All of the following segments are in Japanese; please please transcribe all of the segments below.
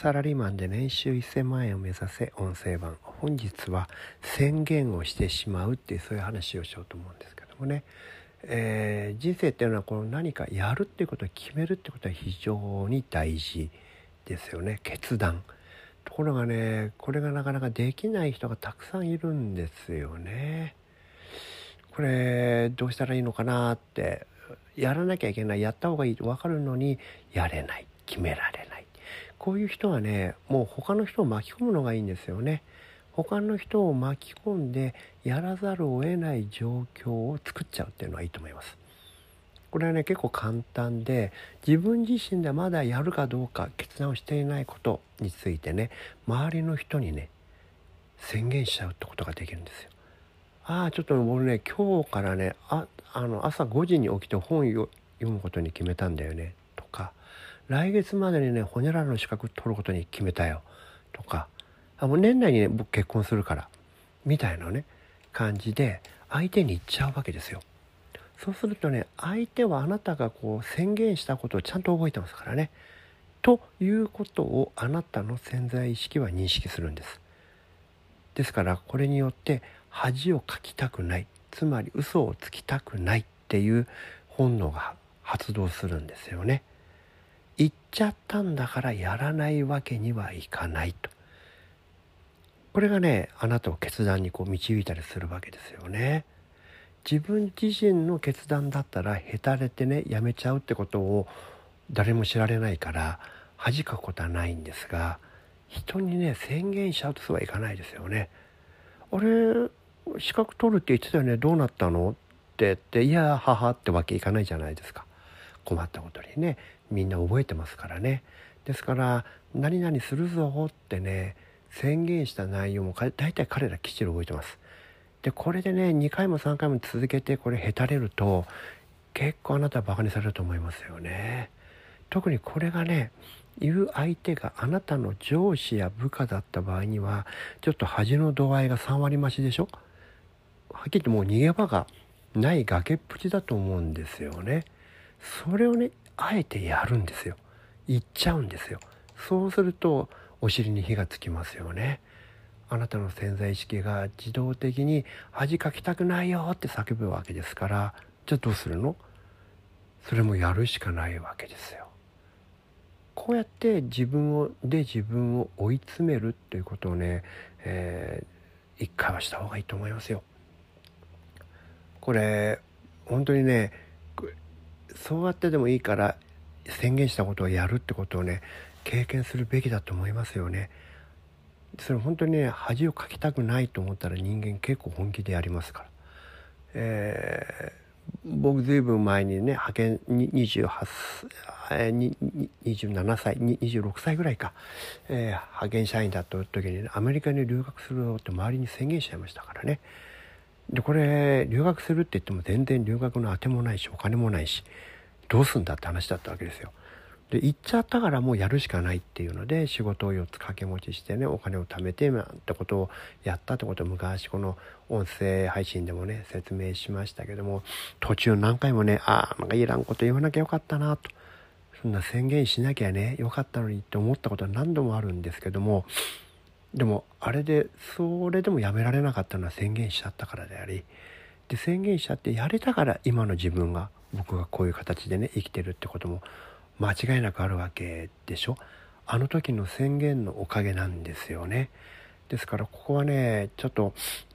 サラリーマンで年収1000万円を目指せ音声版。本日は宣言をしてしまうっていうそういう話をしようと思うんですけどもね、人生っていうのはこの何かやるっていうことを決めるってことは非常に大事ですよね。決断。ところがね、これがなかなかできない人がたくさんいるんですよね。これどうしたらいいのかなって、やらなきゃいけない、やった方がいいと分かるのにやれない、決められない、こういう人はね、もう他の人を巻き込むのがいいんですよね。他の人を巻き込んでやらざるを得ない状況を作っちゃうっていうのはいいと思います。これはね、結構簡単で、自分自身でまだやるかどうか決断をしていないことについてね、周りの人にね宣言しちゃうってことができるんですよ。ちょっと俺ね、今日からね、朝5時に起きて本を読むことに決めたんだよねとか、来月までにね、ホニャララの資格取ることに決めたよとか、もう年内にね、僕結婚するからみたいなね感じで相手に言っちゃうわけですよ。そうするとね、相手はあなたがこう宣言したことをちゃんと覚えてますからね。ということをあなたの潜在意識は認識するんです。ですからこれによって恥をかきたくない、つまり嘘をつきたくないっていう本能が発動するんですよね。言っちゃったんだからやらないわけにはいかないと。これがね、あなたを決断にこう導いたりするわけですよね。自分自身の決断だったらへたれてね、やめちゃうってことを誰も知られないから恥かくことはないんですが、人にね宣言しちゃうとそうはいかないですよね。あれ、資格取るって言ってたよね、どうなったのって言って、いや母ってわけいかないじゃないですか。困ったことにね、みんな覚えてますからね。ですから何々するぞってね宣言した内容も大体彼らきっちり覚えてます。でこれでね2回も3回も続けてこれへたれると、結構あなたはバカにされると思いますよね。特にこれがね、言う相手があなたの上司や部下だった場合には、ちょっと恥の度合いが3割増しでしょ。はっきり言ってもう逃げ場がない崖っぷちだと思うんですよね。それをね、あえてやるんですよ。言っちゃうんですよ。そうするとお尻に火がつきますよね。あなたの潜在意識が自動的に恥かきたくないよって叫ぶわけですから、じゃあどうするの？それもやるしかないわけですよ。こうやって自分を追い詰めるっていうことをね、一回はした方がいいと思いますよ。これ本当にね、そうやってでもいいから宣言したことをやるってことをね経験するべきだと思いますよね。それ本当にね、恥をかきたくないと思ったら人間結構本気でやりますから。僕ずいぶん前にね派遣に27歳26歳ぐらいか、派遣社員だった時に、ね、アメリカに留学するって周りに宣言しちゃいましたからね。でこれ留学するって言っても全然留学のあてもないしお金もないし、どうすんだって話だったわけですよ。で行っちゃったからもうやるしかないっていうので、仕事を4つ掛け持ちしてね、お金を貯めてってことをやったってことを昔この音声配信でもね説明しましたけども、途中何回もね、なんかいらんこと言わなきゃよかったなと、そんな宣言しなきゃねよかったのにって思ったことは何度もあるんですけども、でもそれでもやめられなかったのは宣言しちゃったからであり、で宣言しちゃってやれたから今の僕がこういう形でね生きてるってことも間違いなくあるわけでしょ。あの時の宣言のおかげなんですよね。ですからここはねちょっと、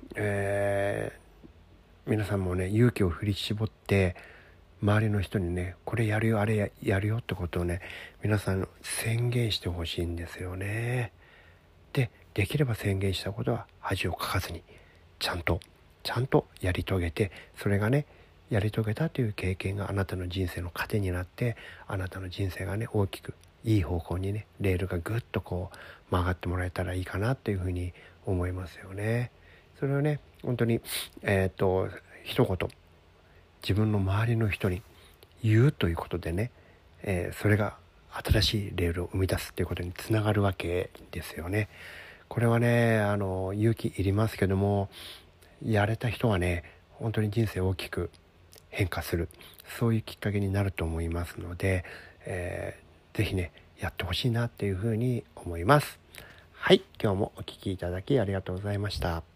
皆さんもね勇気を振り絞って周りの人にね、これやるよあれやるよってことをね皆さん宣言してほしいんですよね。できれば宣言したことは恥をかかずにちゃんとやり遂げて、それがねやり遂げたという経験があなたの人生の糧になって、あなたの人生がね大きくいい方向にねレールがぐっとこう曲がってもらえたらいいかなっていうふうに思いますよね。それをね本当に一言自分の周りの人に言うということでね、それが新しいレールを生み出すということにつながるわけですよね。これはね勇気いりますけども、やれた人はね本当に人生大きく変化する、そういうきっかけになると思いますので、ぜひねやってほしいなっていうふうに思います。はい、今日もお聞きいただきありがとうございました。